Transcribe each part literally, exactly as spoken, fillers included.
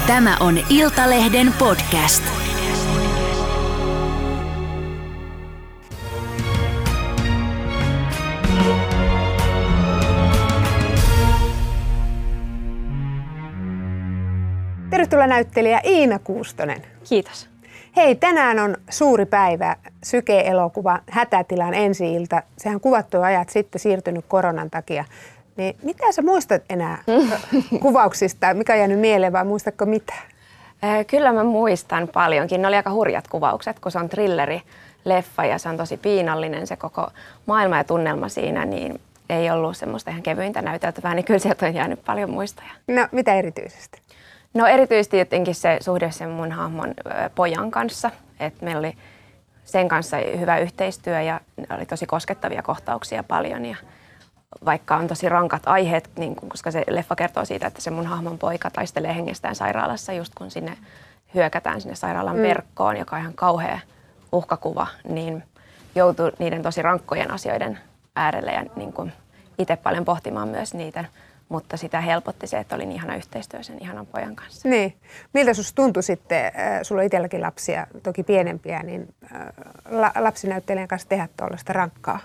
Tämä on Iltalehden podcast. Tervetuloa näyttelijä Iina Kuustonen. Kiitos. Hei, tänään on suuri päivä, Syke-elokuva Hätätilan ensi-ilta. Sehän kuvattu jo ajat sitten siirtynyt koronan takia. Niin mitä sä muistat enää kuvauksista? Mikä on jäänyt mieleen vai muistatko mitä? Kyllä mä muistan paljonkin. Ne oli aika hurjat kuvaukset, kun se on thrilleri-leffa ja se on tosi piinallinen se koko maailma ja tunnelma siinä, niin ei ollut semmoista ihan kevyintä näyteltävää, niin kyllä sieltä on jäänyt paljon muistoja. No mitä erityisesti? No erityisesti jotenkin se suhde sen mun hahmon pojan kanssa, että meillä oli sen kanssa hyvä yhteistyö ja oli tosi koskettavia kohtauksia paljon ja vaikka on tosi rankat aiheet, niin kun, koska se leffa kertoo siitä, että se mun hahmon poika taistelee hengestään sairaalassa just kun sinne hyökätään sinne sairaalan mm. verkkoon, joka on ihan kauhea uhkakuva, niin joutui niiden tosi rankkojen asioiden äärelle ja niin kun itse paljon pohtimaan myös niitä. Mutta sitä helpotti se, että oli niin ihana yhteistyö sen ihanan pojan kanssa. Niin. Miltä susta tuntui sitten, sulla on itselläkin lapsia, toki pienempiä, niin lapsinäyttelijän kanssa tehdä tuollaista rankkaa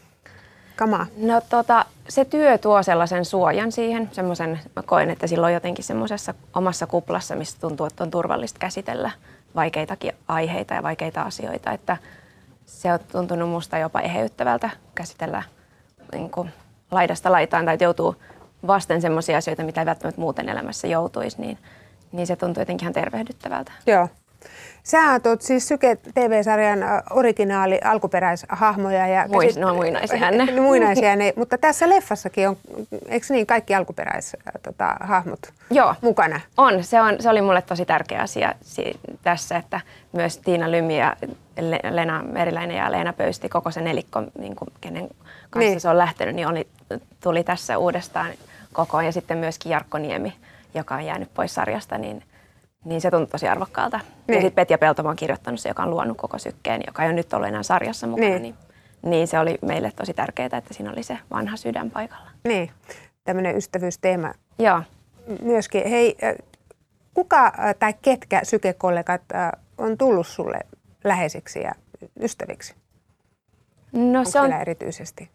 kamaa? No tota, se työ tuo sellaisen suojan siihen, semmoisen, mä koen, että silloin jotenkin semmoisessa omassa kuplassa, missä tuntuu, että on turvallista käsitellä vaikeitakin aiheita ja vaikeita asioita, että se on tuntunut musta jopa eheyttävältä käsitellä niin kuin laidasta laitaan tai joutuu vasten semmoisia asioita, mitä ei välttämättä muuten elämässä joutuisi, niin, niin se tuntuu jotenkin ihan tervehdyttävältä. Joo. Sä oot siis Syke-T V-sarjan originaali alkuperäishahmoja. Ja Muis, no muinaisia ne. Muinaisia ne, mutta tässä leffassakin on, eikö niin, kaikki alkuperäishahmot tota, Joo, mukana? On. Se, on. se oli mulle tosi tärkeä asia tässä, että myös Tiina Lymi ja Lena Meriläinen ja Leena Pöysti, koko se nelikko, niin kuin, kenen kanssa niin. se on lähtenyt, niin oli, tuli tässä uudestaan kokoon. Ja sitten myöskin Jarkko Niemi, joka on jäänyt pois sarjasta, niin Niin se tuntui tosi arvokkaalta. Niin. Ja sitten Petja Peltomo on kirjoittanut se, joka on luonut koko Sykkeen, joka ei ole nyt ollut enää sarjassa mukana. Niin. Niin, niin se oli meille tosi tärkeää, että siinä oli se vanha sydän paikalla. Niin, tämmöinen ystävyysteema. Joo. Myöskin. Hei, kuka tai ketkä Syke-kollegat on tullut sulle läheisiksi ja ystäviksi? No onko se on erityisesti?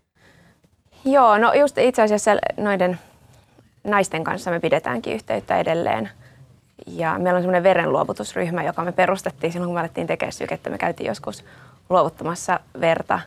Joo, no just itse asiassa noiden naisten kanssa me pidetäänkin yhteyttä edelleen. Ja meillä on semmoinen verenluovutusryhmä, joka me perustettiin silloin, kun me alettiin tekemään Sykettä. Me käytiin joskus luovuttamassa verta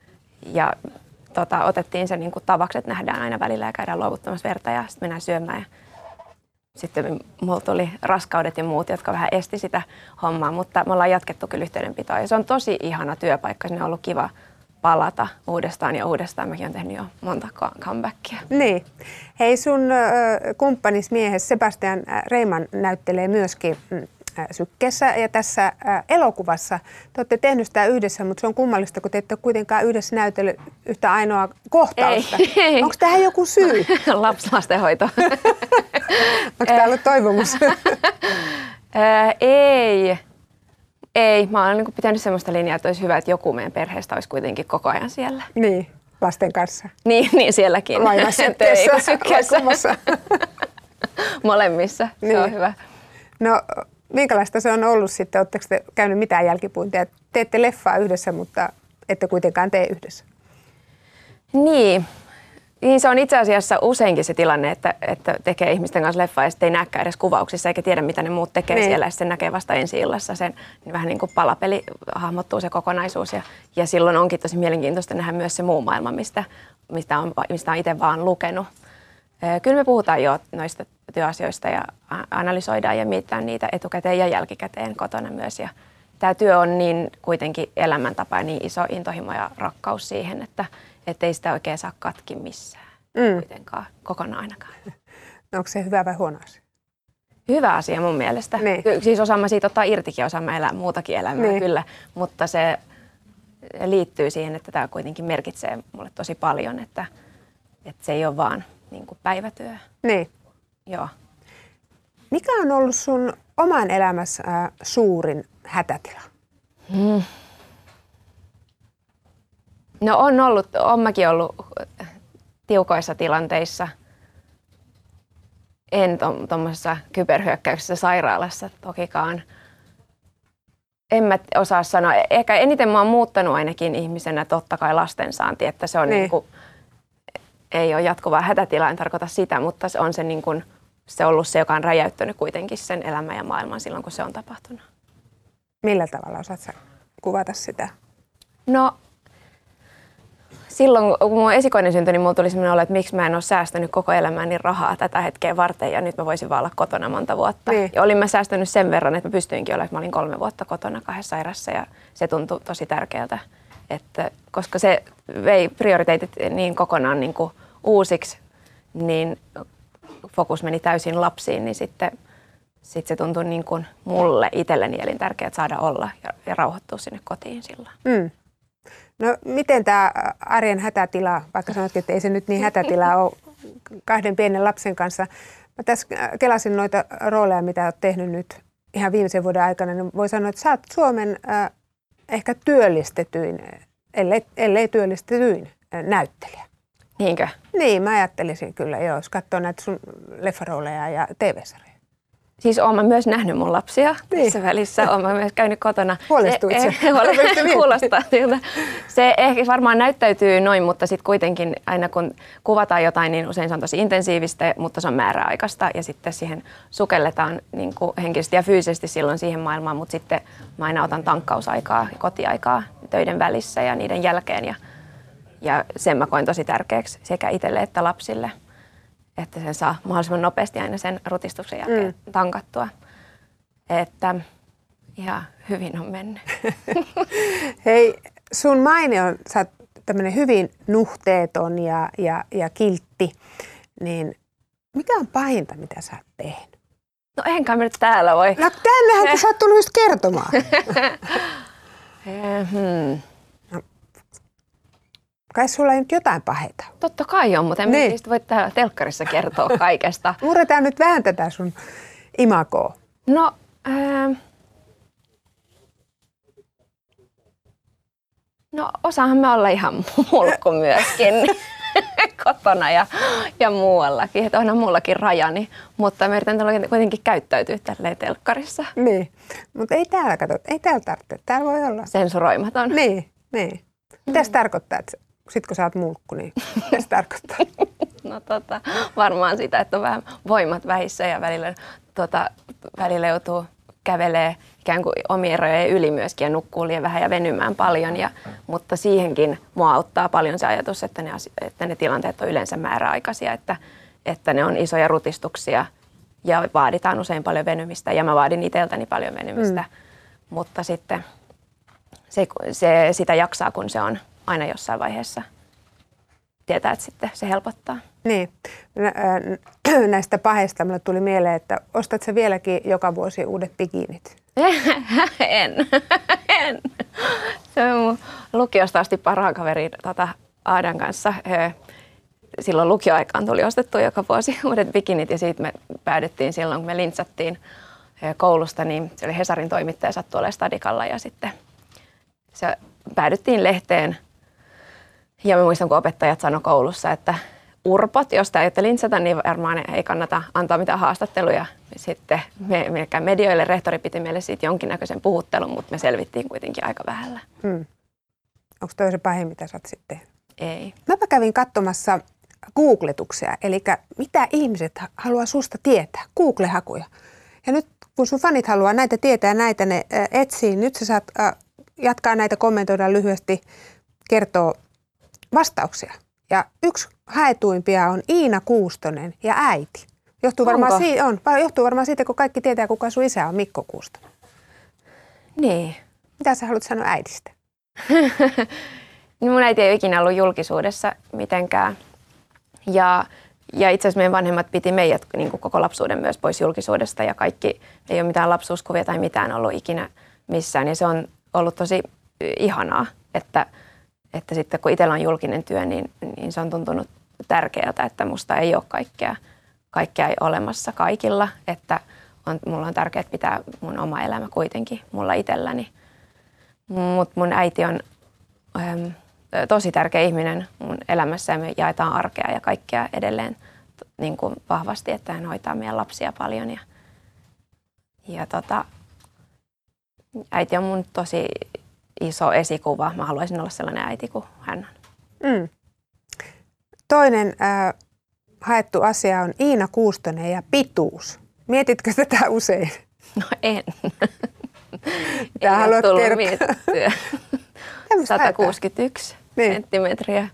ja tota, otettiin se niin kuin tavaksi, että nähdään aina välillä ja käydään luovuttamassa verta ja sitten mennään syömään. Ja sitten mulla tuli raskaudet ja muut, jotka vähän esti sitä hommaa, mutta me ollaan jatkettu kyllä yhteydenpitoa. Ja se on tosi ihana työpaikka, sinne on ollut kiva palata uudestaan ja uudestaan. Mäkin olen tehnyt jo monta comebackia. Niin. Hei, sun äh, kumppanis miehes Sebastian Reiman näyttelee myöskin äh, Sykkeessä ja tässä äh, elokuvassa. Te olette tehnyt sitä yhdessä, mutta se on kummallista, kun te ette ole kuitenkaan yhdessä näytellyt yhtä ainoa kohtausta. Ei. Onko tähän joku syy? Lapslastenhoito. Onko tämä ollut toivomus? Ei. Ei, mä oon niin pitänyt semmoista linjaa, että olisi hyvä, että joku meidän perheestä olisi kuitenkin koko ajan siellä. Niin, lasten kanssa. Niin, niin sielläkin. Vai Sykkeessä. Molemmissa, niin. Se on hyvä. No, minkälaista se on ollut sitten? Oletteko te käynyt mitään jälkipuintia? Teette leffaa yhdessä, mutta ette kuitenkaan tee yhdessä. Niin. Niin se on itse asiassa useinkin se tilanne, että, että tekee ihmisten kanssa leffaa ja sitten ei näkään edes kuvauksissa eikä tiedä, mitä ne muut tekee niin. siellä. Ja sen näkee vasta ensi-illassa. Sen niin vähän niin kuin palapeli hahmottuu se kokonaisuus. Ja, ja silloin onkin tosi mielenkiintoista nähdä myös se muu maailma, mistä, mistä on, mistä on itse vaan lukenut. Kyllä me puhutaan jo noista työasioista ja analysoidaan ja mietitään niitä etukäteen ja jälkikäteen kotona myös. Ja tämä työ on niin kuitenkin elämäntapa ja niin iso intohimo ja rakkaus siihen, että Että ei sitä oikein saa katki missään mm. kuitenkaan, kokonaan ainakaan. No onko se hyvä vai huono asia? Hyvä asia mun mielestä. Niin. Siis osaamme siitä ottaa irtikin, osaamme elää muutakin elämää niin. kyllä. Mutta se liittyy siihen, että tämä kuitenkin merkitsee mulle tosi paljon, että, että se ei ole vaan niin kuin päivätyö. Niin. Joo. Mikä on ollut sun oman elämässä äh, suurin hätätila? Hmm. No on ollut, on mäkin ollut tiukoissa tilanteissa. en tuommoisessa kyberhyökkäyksessä sairaalassa tokikaan. En mä osaa sanoa. Ehkä eniten mä oon muuttanut ainakin ihmisenä totta kai lastensaanti, että se on niin. Niin kuin, ei ole jatkuvaa hätätilaa, en tarkoita sitä, mutta se on se, niin kuin, se ollut se, joka on räjäyttänyt kuitenkin sen elämän ja maailman silloin, kun se on tapahtunut. Millä tavalla osaat sä kuvata sitä? No silloin, kun mun esikoinen syntyi, niin mulla tuli sellainen olo, että miksi mä en ole säästänyt koko elämäni rahaa tätä hetkeä varten ja nyt mä voisin vaan olla kotona monta vuotta. Niin. Ja olin mä säästänyt sen verran, että mä pystyinkin olemaan, että mä olin kolme vuotta kotona kahdessa sairassa ja se tuntui tosi tärkeältä, että koska se vei prioriteetit niin kokonaan niin kuin uusiksi, niin fokus meni täysin lapsiin, niin sitten, sitten se tuntui niin kuin mulle itselleni elintärkeää saada olla ja, ja rauhoittua sinne kotiin silloin. Mm. No miten tämä arjen hätätila, vaikka sanotkin, että ei se nyt niin hätätila ole kahden pienen lapsen kanssa. Mä tässä kelasin noita rooleja, mitä olet tehnyt nyt ihan viimeisen vuoden aikana, niin voi sanoa, että sä oot Suomen äh, ehkä työllistetyin, ellei, ellei työllistetyin äh, näyttelijä. Niinkö? Niin, mä ajattelisin kyllä, joo, jos katsoo näitä sun leffarooleja ja T V-sarjoja. Siis oon mä myös nähnyt mun lapsia niin. Tässä välissä. Oon mä myös käynyt kotona. Huolestuit se? Kuulostaa siltä. Se ehkä varmaan näyttäytyy noin, mutta sitten kuitenkin aina kun kuvataan jotain, niin usein se on tosi intensiivistä, mutta se on määräaikaista. Ja sitten siihen sukelletaan niin kuin henkisesti ja fyysisesti silloin siihen maailmaan, mutta sitten mä aina otan tankkausaikaa ja kotiaikaa töiden välissä ja niiden jälkeen. Ja, ja sen mä koen tosi tärkeäksi sekä itselle että lapsille. Että sen saa mahdollisimman nopeasti aina sen rutistuksen jälkeen mm. tankattua. Että ihan hyvin on mennyt. Hei, sun maine on, sä oot tämmönen hyvin nuhteeton ja, ja, ja kiltti, niin mikä on pahinta, mitä sä oot tehnyt? No enkä mä nyt täällä voi. No tännehän sä oot tullut just kertomaan. hmm. Kai sulla ei nyt jotain paheita. Totta kai on, mutta en niin. Voi täällä telkkarissa kertoa kaikesta. Murretaan nyt vähän tätä sun imagoa. No, ää... no osaahan me olla ihan mulkku myöskin kotona ja, ja muuallakin. Että onhan mullakin rajani, mutta mä yritän kuitenkin käyttäytyä tälleen telkkarissa. Niin, mutta ei täällä kato, ei täällä tarvitse. Täällä voi olla. Sensuroimaton. Niin, niin. Mitä mm. se tarkoittaa, että sitten kun sä oot mulkku, niin mitä se tarkoittaa? No tota, varmaan sitä, että on vähän voimat vähissä ja välillä, tota, välillä joutuu kävelee ikään kuin omien rajojen yli myöskin ja nukkuu liian vähän ja venymään paljon. Ja, mutta siihenkin mua auttaa paljon se ajatus, että ne, että ne tilanteet on yleensä määräaikaisia, että, että ne on isoja rutistuksia ja vaaditaan usein paljon venymistä ja mä vaadin itseltäni paljon venymistä, mm. mutta sitten se, se, sitä jaksaa, kun se on aina jossain vaiheessa. Tietää, että sitten se helpottaa. Niin. Näistä paheista minulle tuli mieleen, että ostat sä vieläkin joka vuosi uudet bikinit? en. en. Se on mun lukiosta asti parhaan kaverin tota, Aadan kanssa. Silloin lukioaikaan tuli ostettua joka vuosi uudet bikinit ja siitä me päädyttiin silloin, kun me lintsattiin koulusta, niin se oli Hesarin toimittaja, sattui olemaan Stadikalla ja sitten se päädyttiin lehteen. Ja mä muistan, kun opettajat sanoi koulussa, että urpot, jos te aiotte lintsata, niin varmaan ei kannata antaa mitään haastatteluja. Sitten me, medioille rehtori piti meille siitä jonkinnäköisen puhuttelun, mutta me selvittiin kuitenkin aika vähällä. Hmm. Onko toi se pahin, mitä sä oot sitten? Ei. Mäpä kävin katsomassa googletuksia, eli mitä ihmiset haluaa susta tietää, Google-hakuja. Ja nyt kun sun fanit haluaa näitä tietää ja näitä ne etsii, nyt sä saat äh, jatkaa näitä, kommentoida lyhyesti, kertoo vastauksia. Ja yksi haetuimpia on Iina Kuustonen ja äiti. Johtuu varmaan, siitä, on, johtuu varmaan siitä, kun kaikki tietää, kuka sun isä on, Mikko Kuustonen. Niin. Mitä sä haluat sanoa äidistä? Mun äiti ei ole ikinä ollut julkisuudessa mitenkään. Ja, ja itse asiassa meidän vanhemmat piti meidät niin kuin koko lapsuuden myös pois julkisuudesta. Ja kaikki, ei ole mitään lapsuuskuvia tai mitään ollut ikinä missään. Ja se on ollut tosi ihanaa, että Että sitten kun itsellä on julkinen työ, niin, niin se on tuntunut tärkeältä, että musta ei ole kaikkea, kaikkea ei olemassa kaikilla. Että on, mulla on tärkeää pitää mun oma elämä kuitenkin mulla itselläni. Mutta mun äiti on äm, tosi tärkeä ihminen mun elämässä ja me jaetaan arkea ja kaikkea edelleen niin kuin vahvasti, että hän hoitaa meidän lapsia paljon. Ja, ja tota, äiti on mun tosi iso esikuva. Mä haluaisin olla sellainen äiti kuin hän on. Mm. Toinen äh, haettu asia on Iina Kuustonen ja pituus. Mietitkö tätä usein? No en. Mitä haluat kertoa? Miettiä. sata kuusikymmentäyksi niin. senttimetriä.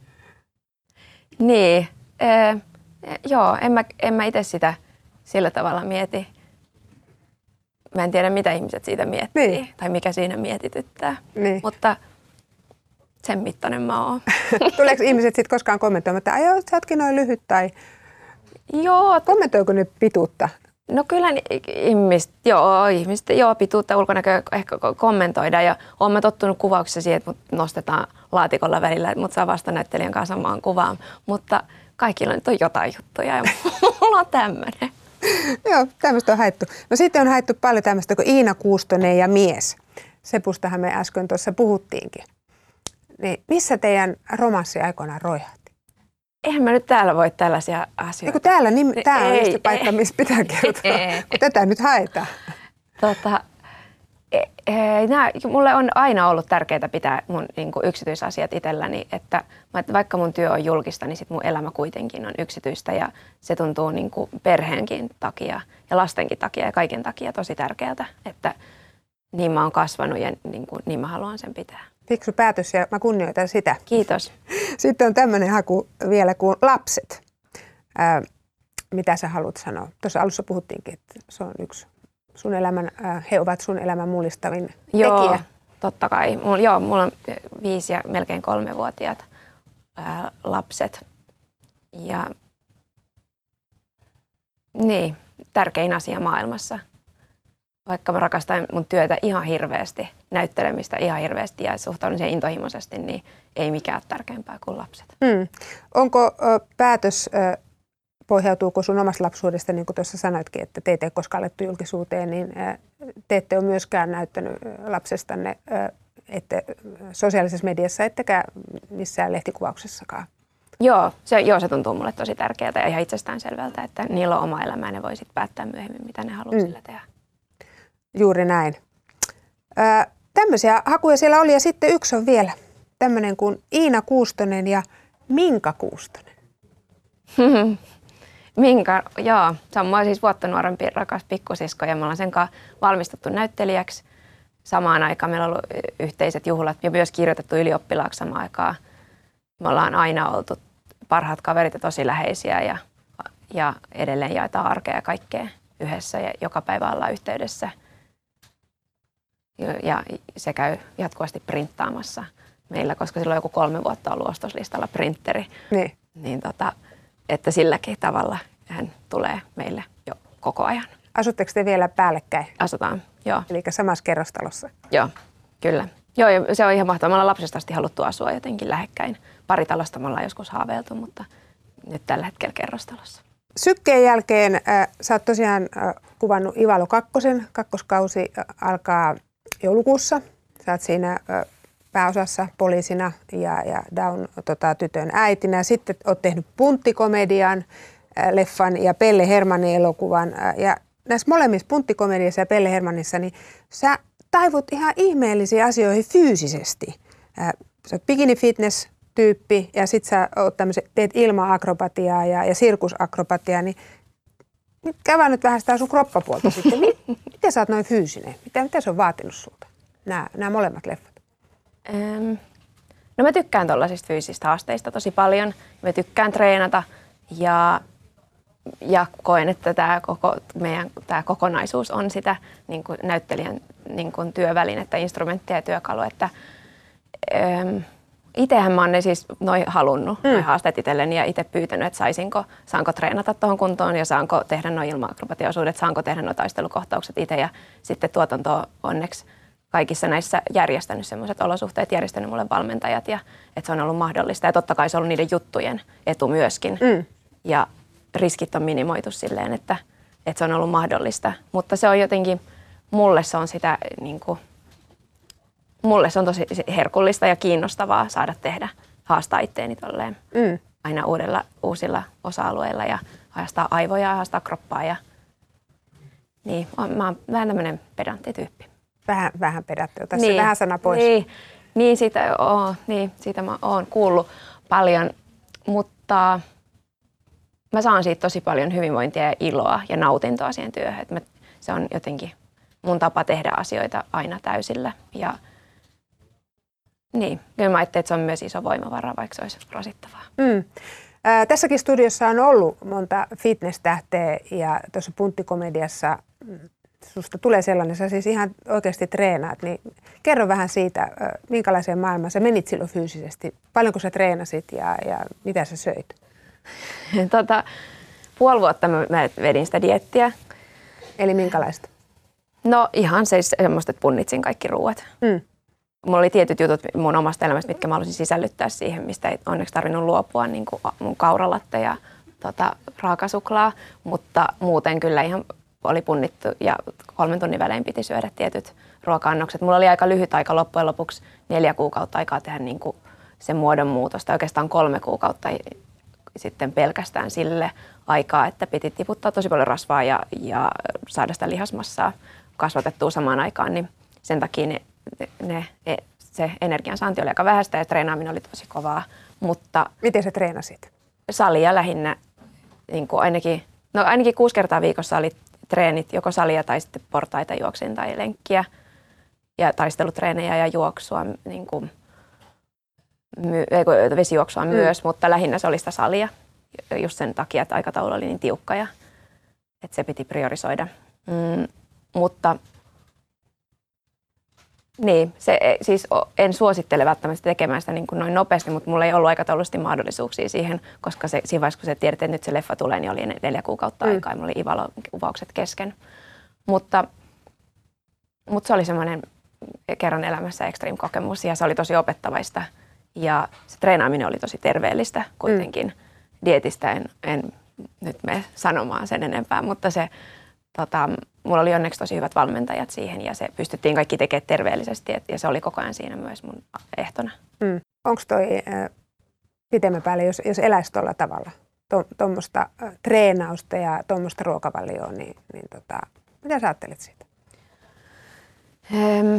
Niin. Äh, joo, en mä, en mä itse sitä sillä tavalla mieti. Mä en tiedä, mitä ihmiset siitä miettii niin. tai mikä siinä mietityttää. Niin. Mutta sen mittainen mä oon. Tuleeko ihmiset sitten koskaan kommentoimaan, että ajoo, sä ootkin noin lyhyt tai joo, kommentoiko ne pituutta? No kyllä ihmiset, joo, ihmiset, joo, pituutta, ulkonäköä ehkä kommentoidaan ja oon mä tottunut kuvauksessa siihen, että mut nostetaan laatikolla välillä, että mut saa vastanäyttelijän kanssa samaan kuvaan, mutta kaikilla nyt on jotain juttuja ja mulla on tämmöinen. Joo, tämmöistä on haettu. No sitten on haettu paljon tämmöistä kuin Iina Kuustonen ja mies. Sepustahan me äsken tuossa puhuttiinkin. Niin missä teidän romanssi aikoinaan roihahti? Eihän mä nyt täällä voi tällaisia asioita. Eiku täällä, niin, tää on just se paikka, missä pitää kertoa, kun tätä nyt haetaan. Tota, e, e, nää, mulle on aina ollut tärkeää pitää mun niin kuin yksityisasiat itselläni, että vaikka mun työ on julkista, niin sit mun elämä kuitenkin on yksityistä ja se tuntuu niin kuin perheenkin takia ja lastenkin takia ja kaiken takia tosi tärkeältä, että niin mä oon kasvanut ja niin, kuin, niin mä haluan sen pitää. Fiksu päätös ja mä kunnioitan sitä. Kiitos. Sitten on tämmöinen haku vielä kuin lapset. Ää, mitä sä haluat sanoa? Tuossa alussa puhuttiinkin, että se on yksi sun elämän, ää, he ovat sun elämän mullistavin joo, tekijä. Totta kai. Mulla, joo, mulla on viisi ja melkein kolmevuotiaat ää, lapset. Ja niin, tärkein asia maailmassa. Vaikka mä rakastan mun työtä ihan hirveästi, näyttelemistä ihan hirveästi ja suhtaudun siihen intohimoisesti, niin ei mikään ole tärkeämpää kuin lapset. Mm. Onko ö, päätös, ö, pohjautuuko sun omasta lapsuudesta, niin kuin tuossa sanoitkin, että teitä ei koskaan alettu julkisuuteen, niin ö, te ette ole myöskään näyttänyt lapsestanne ö, ette sosiaalisessa mediassa, ettekä missään lehtikuvauksessakaan? Joo se, joo, se tuntuu mulle tosi tärkeää ja ihan itsestäänselvältä, että niillä on oma elämä ja ne voi sitten päättää myöhemmin, mitä ne haluaa mm. sillä tehdä. Juuri näin. Ö, tämmöisiä hakuja siellä oli ja sitten yksi on vielä tämmöinen kuin Iina Kuustonen ja Minka Kuustonen. Minka, joo. Se on mua siis vuotta nuorempi rakas pikkusisko ja me ollaan sen kanssa valmistettu näyttelijäksi. Samaan aikaan meillä on ollut yhteiset juhlat ja myös kirjoitettu ylioppilaaksi samaan aikaan. Me ollaan aina oltu parhaat kaverit ja tosi läheisiä ja, ja edelleen jaetaan arkea ja kaikkea yhdessä ja joka päivä ollaan yhteydessä. Ja se käy jatkuvasti printtaamassa meillä, koska silloin joku kolme vuotta ollut ostoslistalla printeri. Niin. Niin tota, että silläkin tavalla hän tulee meille jo koko ajan. Asutteko te vielä päällekkäin? Asutaan, joo. Eli samassa kerrostalossa? Joo, kyllä. Joo, ja se on ihan mahtavaa. Me ollaan lapsesta asti haluttu asua jotenkin lähekkäin. Pari talosta me ollaan joskus haaveiltu, mutta nyt tällä hetkellä kerrostalossa. Sykkeen jälkeen äh, sä oot tosiaan äh, kuvannut Ivalo kakkosen. Kakkoskausi äh, alkaa joulukuussa. Sä oot siinä äh, pääosassa poliisina ja, ja Down-tytön äitinä. Sitten oot tehnyt Punttikomedian, äh, leffan ja Pelle Hermannin elokuvan. Äh, ja näissä molemmissa Punttikomediassa ja Pelle Hermannissa, niin sä taivut ihan ihmeellisiin asioihin fyysisesti. Äh, sä oot bikini-fitness-tyyppi ja sit sä oot tämmöset, teet ilma-akrobatiaa ja, ja sirkusakrobatiaa, niin nyt käydään nyt vähän sitä sun kroppapuolta sitten. Miten sä oot noin fyysinen? Mitä, mitä se on vaatinut sulta, nämä, nämä molemmat leffat? Öm, no mä tykkään tuollaisista fyysisistä haasteista tosi paljon. Mä tykkään treenata ja, ja koen, että tämä koko, meidän tää kokonaisuus on sitä niin kuin näyttelijän niin kuin työvälinettä, instrumenttia ja työkalu. Että, öm, Itsehän mä oon ne siis noin halunnut, mm. noin haasteet itselleni ja itse pyytänyt, että saisinko, saanko treenata tuohon kuntoon ja saanko tehdä noin ilma-akrobatiaosuudet, saanko tehdä noin taistelukohtaukset itse ja sitten tuotanto onneksi kaikissa näissä järjestänyt sellaiset olosuhteet, järjestänyt mulle valmentajat ja että se on ollut mahdollista ja totta kai se on ollut niiden juttujen etu myöskin mm. ja riskit on minimoitu silleen, että, että se on ollut mahdollista, mutta se on jotenkin, mulle se on sitä niin kuin, Mulle se on tosi herkullista ja kiinnostavaa saada tehdä, haastaa itteeni tolleen mm. aina uudella, uusilla osa-alueilla ja haastaa aivoja ja haastaa kroppaa. Ja, niin, mä oon vähän tämmöinen pedanttityyppi. Vähän, vähän pedantti, ota niin, se vähän sana pois. Niin, niin, siitä, oo, niin, siitä mä oon kuullut paljon, mutta mä saan siitä tosi paljon hyvinvointia ja iloa ja nautintoa siihen työhön. Että mä, se on jotenkin mun tapa tehdä asioita aina täysillä. Ja niin, kyllä mä ajattelin, että se on myös iso voimavara, vaikka se olisi rasittavaa. Mm. Äh, tässäkin studiossa on ollut monta fitness-tähteä ja tuossa Punttikomediassa susta tulee sellainen, sä siis ihan oikeasti treenaat, niin kerro vähän siitä, äh, minkälaiseen maailmaan sä menit silloin fyysisesti, paljonko sä treenasit ja, ja mitä sä söit? tota, puoli vuotta mä, mä vedin sitä dieettiä. Eli minkälaista? No ihan siis semmoista, että punnitsin kaikki ruuat. Mm. Mulla oli tietyt jutut mun omasta elämästä, mitkä mä halusin sisällyttää siihen, mistä ei onneksi tarvinnut luopua, niin kuin mun kauralatte ja tota, raakasuklaa, mutta muuten kyllä ihan oli punnittu ja kolmen tunnin välein piti syödä tietyt ruoka-annokset. Mulla oli aika lyhyt aika loppujen lopuksi neljä kuukautta aikaa tehdä niin kuin sen muodonmuutosta, oikeastaan kolme kuukautta sitten pelkästään sille aikaa, että piti tiputtaa tosi paljon rasvaa ja, ja saada sitä lihasmassaa kasvatettua samaan aikaan, niin sen takia ne, ne, se energiansaanti oli aika vähäistä ja treenaaminen oli tosi kovaa. Mutta miten sä treenasit? Salia lähinnä, niin kuin ainakin, no ainakin kuusi kertaa viikossa oli treenit, joko salia tai sitten portaita juoksin tai lenkkiä ja taistelutreenejä ja juoksua, niin kuin, my, vesijuoksua mm. myös, mutta lähinnä se oli sitä salia just sen takia, että aikataulu oli niin tiukka ja että se piti priorisoida. Mm, mutta niin, se, siis en suosittele välttämättä tekemään sitä niin kuin noin nopeasti, mutta mulla ei ollut aikataulullisesti mahdollisuuksia siihen, koska se, siinä vaiheessa, kun se tiedät, että nyt se leffa tulee, niin oli neljä kuukautta mm. aikaa ja mulla oli Ivalo-kuvaukset kesken. Mutta, mutta se oli semmoinen kerran elämässä extreme-kokemus ja se oli tosi opettavaista ja se treenaaminen oli tosi terveellistä kuitenkin. Mm. Dietistä en, en nyt mene sanomaan sen enempää, mutta se, tota, mulla oli onneksi tosi hyvät valmentajat siihen ja se pystyttiin kaikki tekemään terveellisesti et, ja se oli koko ajan siinä myös mun ehtona. Mm. Onko toi äh, pitemmän päälle, jos, jos eläisi tuolla tavalla, tuommoista to, äh, treenausta ja tuommoista ruokavalioa, niin, niin tota, mitä sä ajattelet siitä? Öm,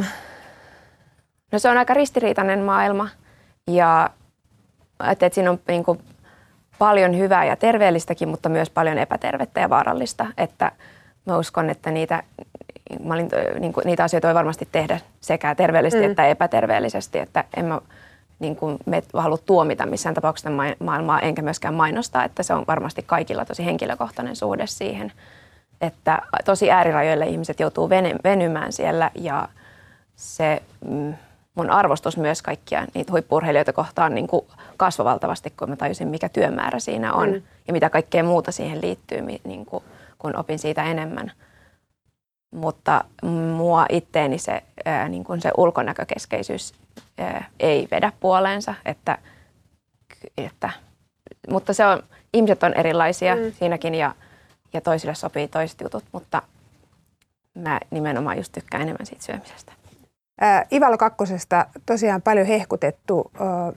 no se on aika ristiriitainen maailma ja että et siinä on niinku paljon hyvää ja terveellistäkin, mutta myös paljon epätervettä ja vaarallista. Että mä uskon, että niitä, mä olin, niin kuin, niitä asioita voi varmasti tehdä sekä terveellisesti mm. että epäterveellisesti. Että en mä niin kuin, me halua tuomita missään tapauksessa maailmaa, enkä myöskään mainostaa, että se on varmasti kaikilla tosi henkilökohtainen suhde siihen. Että tosi äärirajoille ihmiset joutuu venymään siellä ja se mm, mun arvostus myös kaikkia niitä huippu-urheilijoita kohtaan niin kuin kasvoi valtavasti, kun mä tajusin, mikä työmäärä siinä on mm. ja mitä kaikkea muuta siihen liittyy, niin kuin, kun opin siitä enemmän. Mutta mua itteeni se, ää, niin kuin se ulkonäkökeskeisyys ää, ei vedä puoleensa, että, että, mutta se on, ihmiset on erilaisia mm. siinäkin ja, ja toisille sopii toiset jutut, mutta mä nimenomaan just tykkään enemmän siitä syömisestä. Ää, Ivalo kakkosesta tosiaan paljon hehkutettu.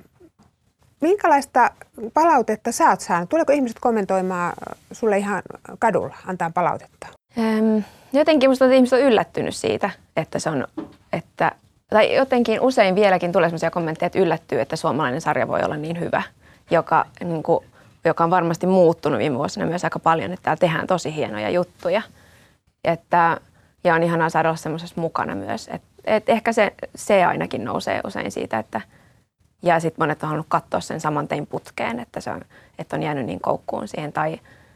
Minkälaista palautetta sä oot saanut? Tuleeko ihmiset kommentoimaan sulle ihan kadulla, antaa palautetta? Ähm, jotenkin musta ihmiset on yllättynyt siitä, että se on, että, tai jotenkin usein vieläkin tulee sellaisia kommentteja, että yllättyy, että suomalainen sarja voi olla niin hyvä, joka, niin kuin, joka on varmasti muuttunut viime vuosina myös aika paljon, että täällä tehdään tosi hienoja juttuja. Että, ja on ihanaa saada olla semmoisessa mukana myös. Et, et ehkä se, se ainakin nousee usein siitä, että ja sitten monet on halunnut katsoa sen saman tein putkeen, että, se on, että on jäänyt niin koukkuun siihen. Tai,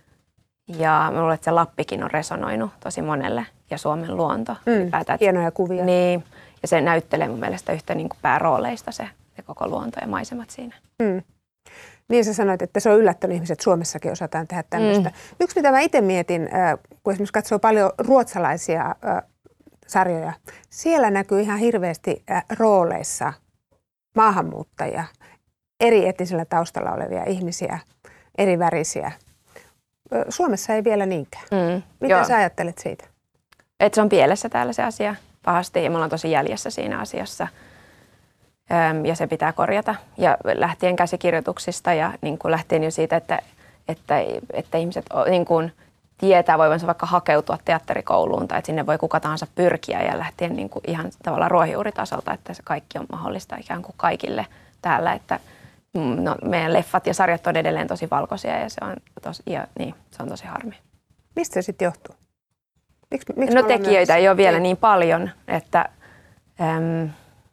ja mä luulen, että se Lappikin on resonoinut tosi monelle ja Suomen luonto. Mm, hienoja kuvia. Niin, ja se näyttelee mun mielestä yhtä niin kuin päärooleista se, se koko luonto ja maisemat siinä. Mm. Niin sä sanoit, että se on yllättänyt ihmiset, Suomessakin osataan tehdä tämmöistä. Mm. Yksi mitä mä itse mietin, kun esimerkiksi katsoo paljon ruotsalaisia sarjoja, siellä näkyy ihan hirveästi rooleissa maahanmuuttajia, eri etnisellä taustalla olevia ihmisiä, eri värisiä. Suomessa ei vielä niinkään. Mm, Mitä joo. sä ajattelet siitä? Että se on pielessä täällä se asia pahasti ja me ollaan tosi jäljessä siinä asiassa. ja se pitää korjata. Ja lähtien käsikirjoituksista ja niin kuin lähtien jo siitä, että, että, että ihmiset niin kuin tietää voivansa vaikka hakeutua teatterikouluun tai että sinne voi kuka tahansa pyrkiä ja lähtien niin kuin ihan tavallaan ruohonjuuritasolta, että se kaikki on mahdollista ikään kuin kaikille täällä. Että no, meidän leffat ja sarjat on edelleen tosi valkoisia ja se on tosi, ja, niin, se on tosi harmi. Mistä se sitten johtuu? Miks, miks no tekijöitä ei ole vielä niin paljon, että äm,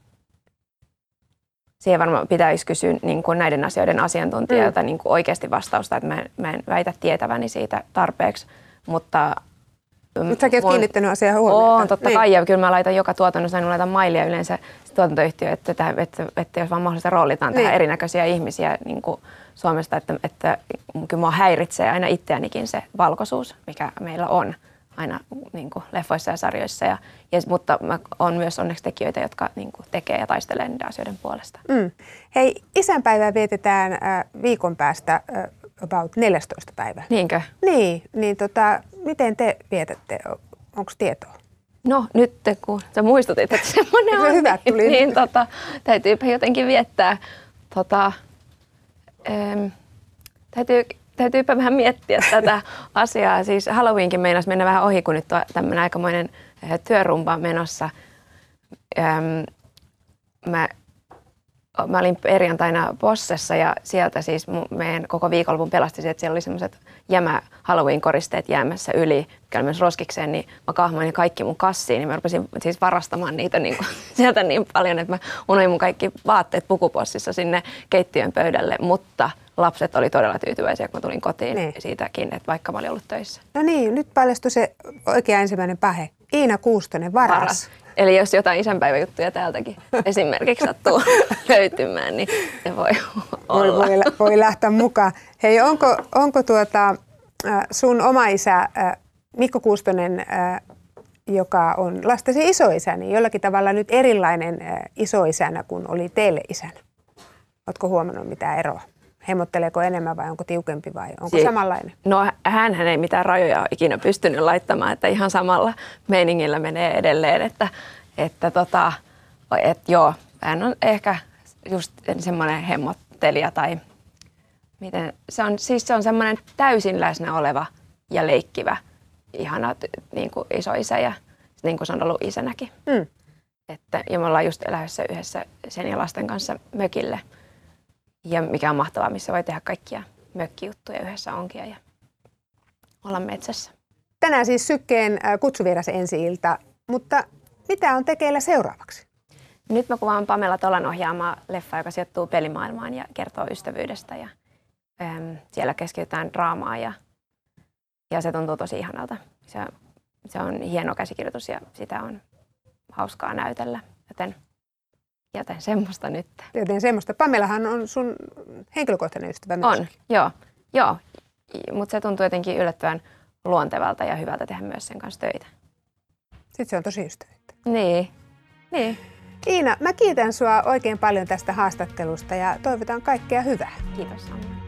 siihen varmaan pitäisi kysyä niin kuin näiden asioiden asiantuntijoilta mm. niin kuin oikeasti vastausta, että mä en, mä en väitä tietäväni siitä tarpeeksi, mutta... Mutta säkin olet kiinnittänyt asiaan huomiota. On, totta niin. kai, ja kyllä mä laitan joka tuotannossa, niin laitan mailia yleensä tuotantoyhtiö, että, että, että, että jos vaan mahdollista roolitaan niin. tähän erinäköisiä ihmisiä niin kuin Suomesta, että, että kyllä mua häiritsee aina itseänikin se valkoisuus, mikä meillä on aina niin kuin leffoissa ja sarjoissa, ja, ja, mutta on myös onneksi tekijöitä, jotka niin kuin tekee ja taistelee niiden asioiden puolesta. Mm. Hei, isänpäivää vietetään äh, viikon päästä äh, about neljästoista päivä. Niinkö? Niin, niin tota, miten te vietätte? Onko tietoa? No nyt kun sä muistutit, että semmoinen on, hyvä, niin, tuli. niin tota, täytyypä jotenkin viettää. Tota, ähm, täytyy, täytyypä vähän miettiä tätä asiaa. Siis Halloweenkin meinasi mennä vähän ohi, kun nyt on tämmöinen aikamoinen äh, työrumba menossa. Ähm, mä Mä olin perjantaina Possessa ja sieltä siis meidän koko viikonlopun pelasti se, että siellä oli semmoiset jämä Halloween-koristeet jäämässä yli, mikä oli myös roskikseen, niin mä kahmoin kaikki mun kassiin, niin mä rupesin siis varastamaan niitä niin kuin, sieltä niin paljon, että mä unohdin mun kaikki vaatteet pukupossissa sinne keittiön pöydälle, mutta lapset oli todella tyytyväisiä, kun mä tulin kotiin niin. siitäkin, että vaikka mä olin ollut töissä. No niin, nyt paljastui se oikea ensimmäinen pähe. Iina Kuustonen, Varas. Varas. Eli jos jotain isänpäiväjuttuja täältäkin esimerkiksi sattuu löytymään, niin se voi olla. Voi, voi, voi lähteä mukaan. Hei, onko, onko tuota, sun oma isä Mikko Kuustonen, joka on lastesi isoisä, niin jollakin tavalla nyt erilainen isoisänä kuin oli teille isänä? Ootko huomannut mitään eroa? Hemmotteleeko enemmän vai onko tiukempi vai onko si- samanlainen? No hän ei mitään rajoja ikinä pystynyt laittamaan, että ihan samalla meiningillä menee edelleen, että, että tota, et joo, hän on ehkä just semmoinen hemmottelija tai miten, se on, siis se on semmoinen täysin läsnä oleva ja leikkivä, ihana niin kuin isoisä ja niin kuin se on ollut isänäkin. Mm. Että, ja me ollaan just lähdössä yhdessä sen ja lasten kanssa mökille. Ja mikä on mahtavaa, missä voi tehdä kaikkia mökkijuttuja yhdessä onkia ja olla metsässä. Tänään siis Sykkeen kutsuvieras ensi-ilta, mutta mitä on tekeillä seuraavaksi? Nyt mä kuvaan Pamela Tolan ohjaamaa leffa, joka sijoittuu pelimaailmaan ja kertoo ystävyydestä. Ja, äm, siellä keskitytään draamaa ja, ja se tuntuu tosi ihanalta. Se, se on hieno käsikirjoitus ja sitä on hauskaa näytellä, joten... Joten semmoista nyt. Joten semmoista. Pamelahan on sun henkilökohtainen ystävä myös. On, joo. joo. Mutta se tuntuu jotenkin yllättävän luontevalta ja hyvältä tehdä myös sen kanssa töitä. Sitten se on tosi ystävyyttä. Niin. niin. Iina, mä kiitän sua oikein paljon tästä haastattelusta ja toivotan kaikkea hyvää. Kiitos Sanna.